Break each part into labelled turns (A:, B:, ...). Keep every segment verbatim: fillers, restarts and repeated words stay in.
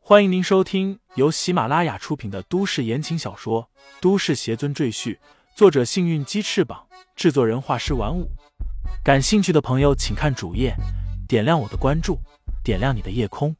A: 欢迎您收听由喜马拉雅出品的都市言情小说《都市邪尊赘婿》，作者幸运鸡翅膀，制作人画师玩五。感兴趣的朋友请看主页，点亮我的关注，点亮你的夜空。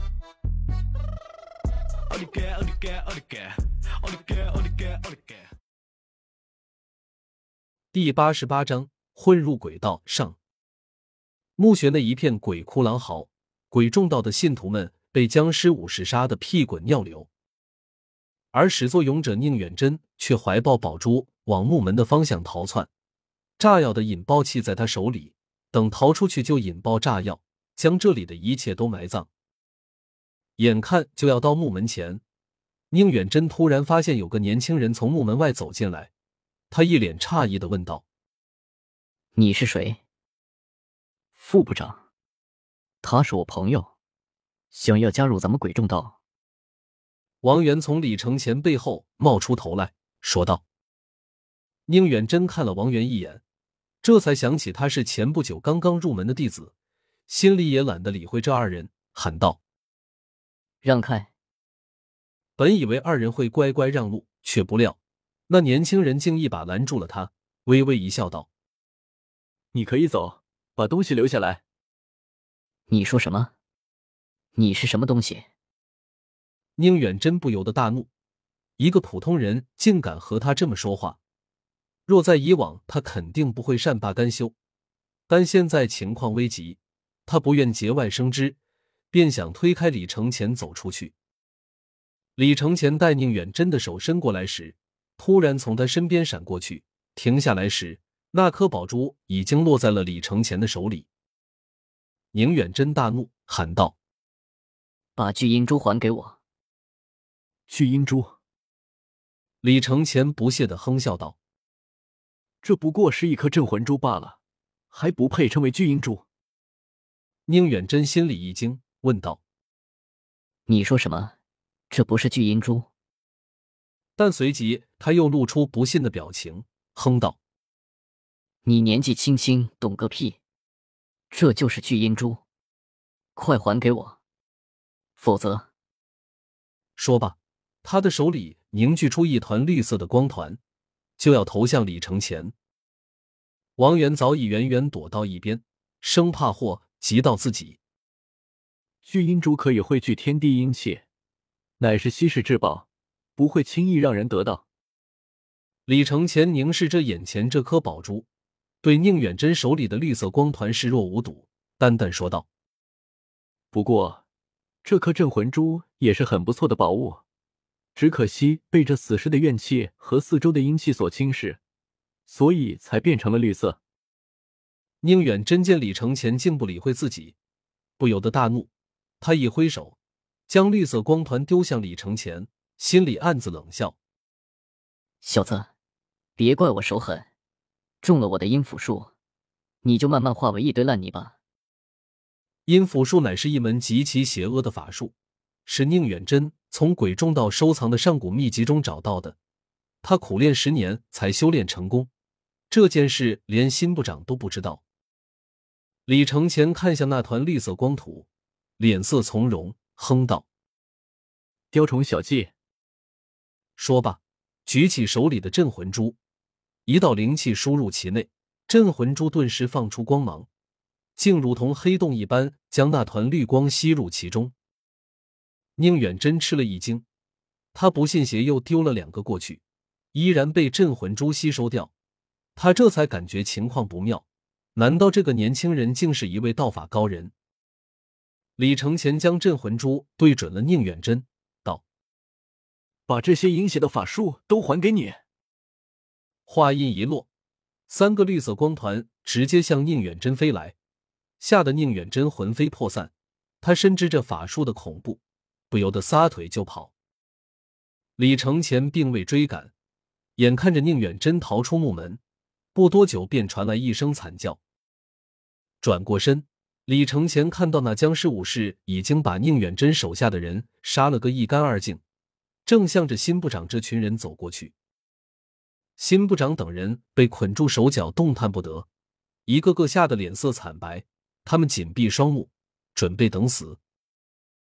B: 第八十八章混入鬼道上。墓穴内一片鬼哭狼嚎，鬼众道的信徒们被僵尸武士杀得屁滚尿流，而始作俑者宁远真却怀抱宝珠往墓门的方向逃窜，炸药的引爆器在他手里，等逃出去就引爆炸药，将这里的一切都埋葬。眼看就要到墓门前，宁远真突然发现有个年轻人从墓门外走进来，他一脸诧异地问道：
C: 你是谁？副部长，他是我朋友，想要加入咱们鬼众道。
B: 王源从李承前背后冒出头来说道。宁远真看了王源一眼，这才想起他是前不久刚刚入门的弟子，心里也懒得理会这二人，喊道：
C: 让开。
B: 本以为二人会乖乖让路，却不料那年轻人竟一把拦住了他，微微一笑道：
D: 你可以走，把东西留下来。
C: 你说什么？你是什么东西？
B: 宁远真不由得大怒，一个普通人竟敢和他这么说话。若在以往，他肯定不会善罢甘休，但现在情况危急，他不愿节外生枝，便想推开李承前走出去。李承前待宁远真的手伸过来时，突然从他身边闪过去，停下来时，那颗宝珠已经落在了李承前的手里。宁远真大怒，喊道：
C: 把聚阴珠还给我！
D: 聚阴珠？
B: 李承前不屑地哼笑道：
D: 这不过是一颗镇魂珠罢了，还不配称为聚阴珠。
B: 宁远真心里一惊，问道：
C: 你说什么？这不是聚阴珠？
B: 但随即他又露出不信的表情，哼道：
C: 你年纪轻轻懂个屁，这就是聚阴珠，快还给我，否则……
B: 说罢，他的手里凝聚出一团绿色的光团，就要投向李承前。王源早已远远躲到一边，生怕祸及到自己。
D: 聚阴珠可以汇聚天地阴气，乃是稀世至宝，不会轻易让人得到。
B: 李承前凝视着眼前这颗宝珠，对宁远真手里的绿色光团视若无睹，淡淡说道：
D: 不过这颗镇魂珠也是很不错的宝物，只可惜被这死尸的怨气和四周的阴气所侵蚀，所以才变成了绿色。
B: 宁远真见李承前竟不理会自己，不由得大怒，他一挥手将绿色光团丢向李承前，心里暗自冷笑：
C: 小子，别怪我手狠，中了我的阴符术，你就慢慢化为一堆烂泥巴。
B: 阴符术乃是一门极其邪恶的法术，是宁远真从鬼众道收藏的上古秘籍中找到的，他苦练十年才修炼成功，这件事连新部长都不知道。李承前看向那团绿色光土，脸色从容，哼道：
D: 雕虫小技。
B: 说罢，举起手里的镇魂珠，一道灵气输入其内，镇魂珠顿时放出光芒，竟如同黑洞一般将那团绿光吸入其中。宁远真吃了一惊，他不信邪又丢了两个过去，依然被镇魂珠吸收掉，他这才感觉情况不妙，难道这个年轻人竟是一位道法高人？李承前将镇魂珠对准了宁远真，道：
D: 把这些阴邪的法术都还给你。
B: 话音一落，三个绿色光团直接向宁远真飞来，吓得宁远真魂飞魄散，他深知这法术的恐怖，不由得撒腿就跑。李承前并未追赶，眼看着宁远真逃出墓门，不多久便传来一声惨叫。转过身，李承前看到那僵尸武士已经把宁远真手下的人杀了个一干二净，正向着辛部长这群人走过去。辛部长等人被捆住手脚，动弹不得，一个个吓得脸色惨白，他们紧闭双目，准备等死。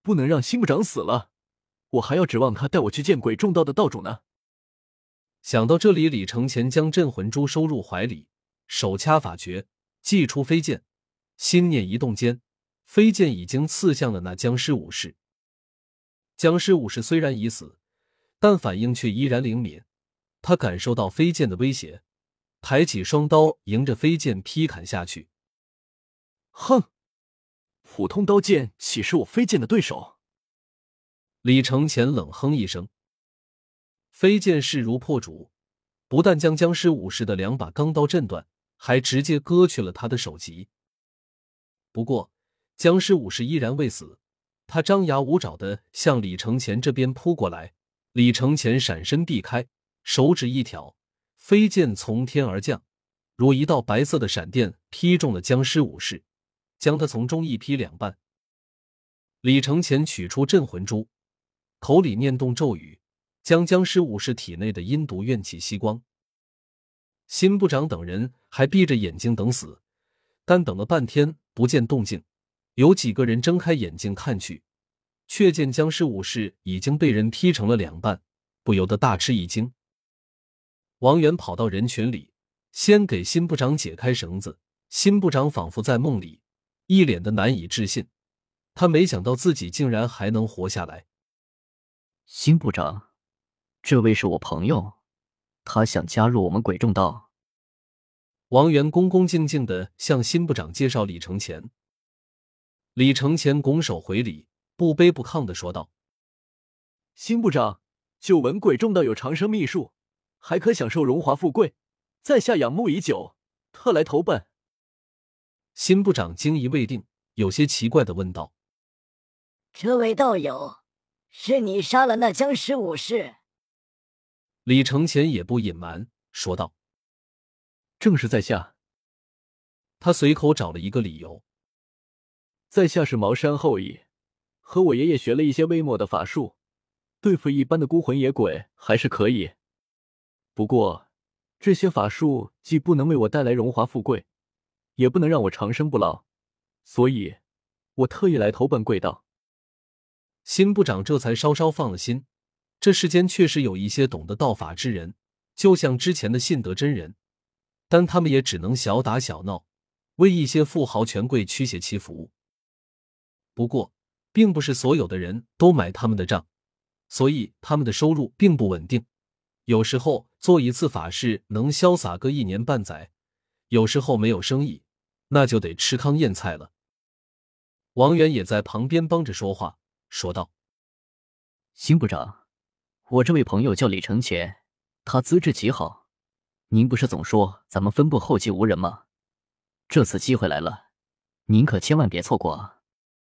D: 不能让辛部长死了，我还要指望他带我去见鬼众道的道主呢。
B: 想到这里，李承前将镇魂珠收入怀里，手掐法诀，祭出飞剑，心念一动间，飞剑已经刺向了那僵尸武士。僵尸武士虽然已死，但反应却依然灵敏，他感受到飞剑的威胁，抬起双刀迎着飞剑劈砍下去。
D: 哼，普通刀剑岂是我飞剑的对手？
B: 李承前冷哼一声，飞剑势如破竹，不但将僵尸武士的两把钢刀震断，还直接割去了他的首级。不过僵尸武士依然未死，他张牙舞爪地向李承前这边扑过来，李承前闪身避开，手指一挑，飞剑从天而降，如一道白色的闪电劈中了僵尸武士，将他从中一劈两半。李承前取出镇魂珠，口里念动咒语，将僵尸武士体内的阴毒怨气吸光。辛部长等人还闭着眼睛等死，但等了半天不见动静，有几个人睁开眼睛看去，却见僵尸武士已经被人劈成了两半，不由得大吃一惊。王源跑到人群里，先给辛部长解开绳子，辛部长仿佛在梦里，一脸的难以置信，他没想到自己竟然还能活下来。
C: 辛部长，这位是我朋友，他想加入我们鬼众道。
B: 王源恭恭敬敬地向辛部长介绍李承前。李承前拱手回礼，不卑不亢地说道：
D: 辛部长，久闻鬼众道有长生秘术，还可享受荣华富贵，在下仰慕已久，特来投奔。
B: 辛部长惊疑未定，有些奇怪地问道：
E: 这位道友，是你杀了那僵尸武士？
B: 李承前也不隐瞒，说道：
D: 正是在下。
B: 他随口找了一个理由：
D: 在下是茅山后裔，和我爷爷学了一些微末的法术，对付一般的孤魂野鬼还是可以。不过这些法术既不能为我带来荣华富贵，也不能让我长生不老，所以我特意来投奔贵道。
B: 辛部长这才稍稍放了心，这世间确实有一些懂得道法之人，就像之前的信德真人，但他们也只能小打小闹，为一些富豪权贵驱邪祈福。不过并不是所有的人都买他们的账，所以他们的收入并不稳定，有时候做一次法事能潇洒个一年半载，有时候没有生意，那就得吃糠咽菜了。王源也在旁边帮着说话，说道：
C: 辛部长，我这位朋友叫李承前，他资质极好，您不是总说咱们分部后继无人吗？这次机会来了，您可千万别错过啊！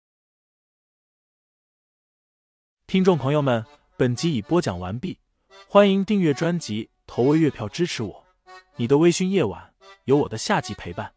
A: 听众朋友们，本集已播讲完毕，欢迎订阅专辑，投喂月票支持我。你的微醺夜晚，有我的下集陪伴。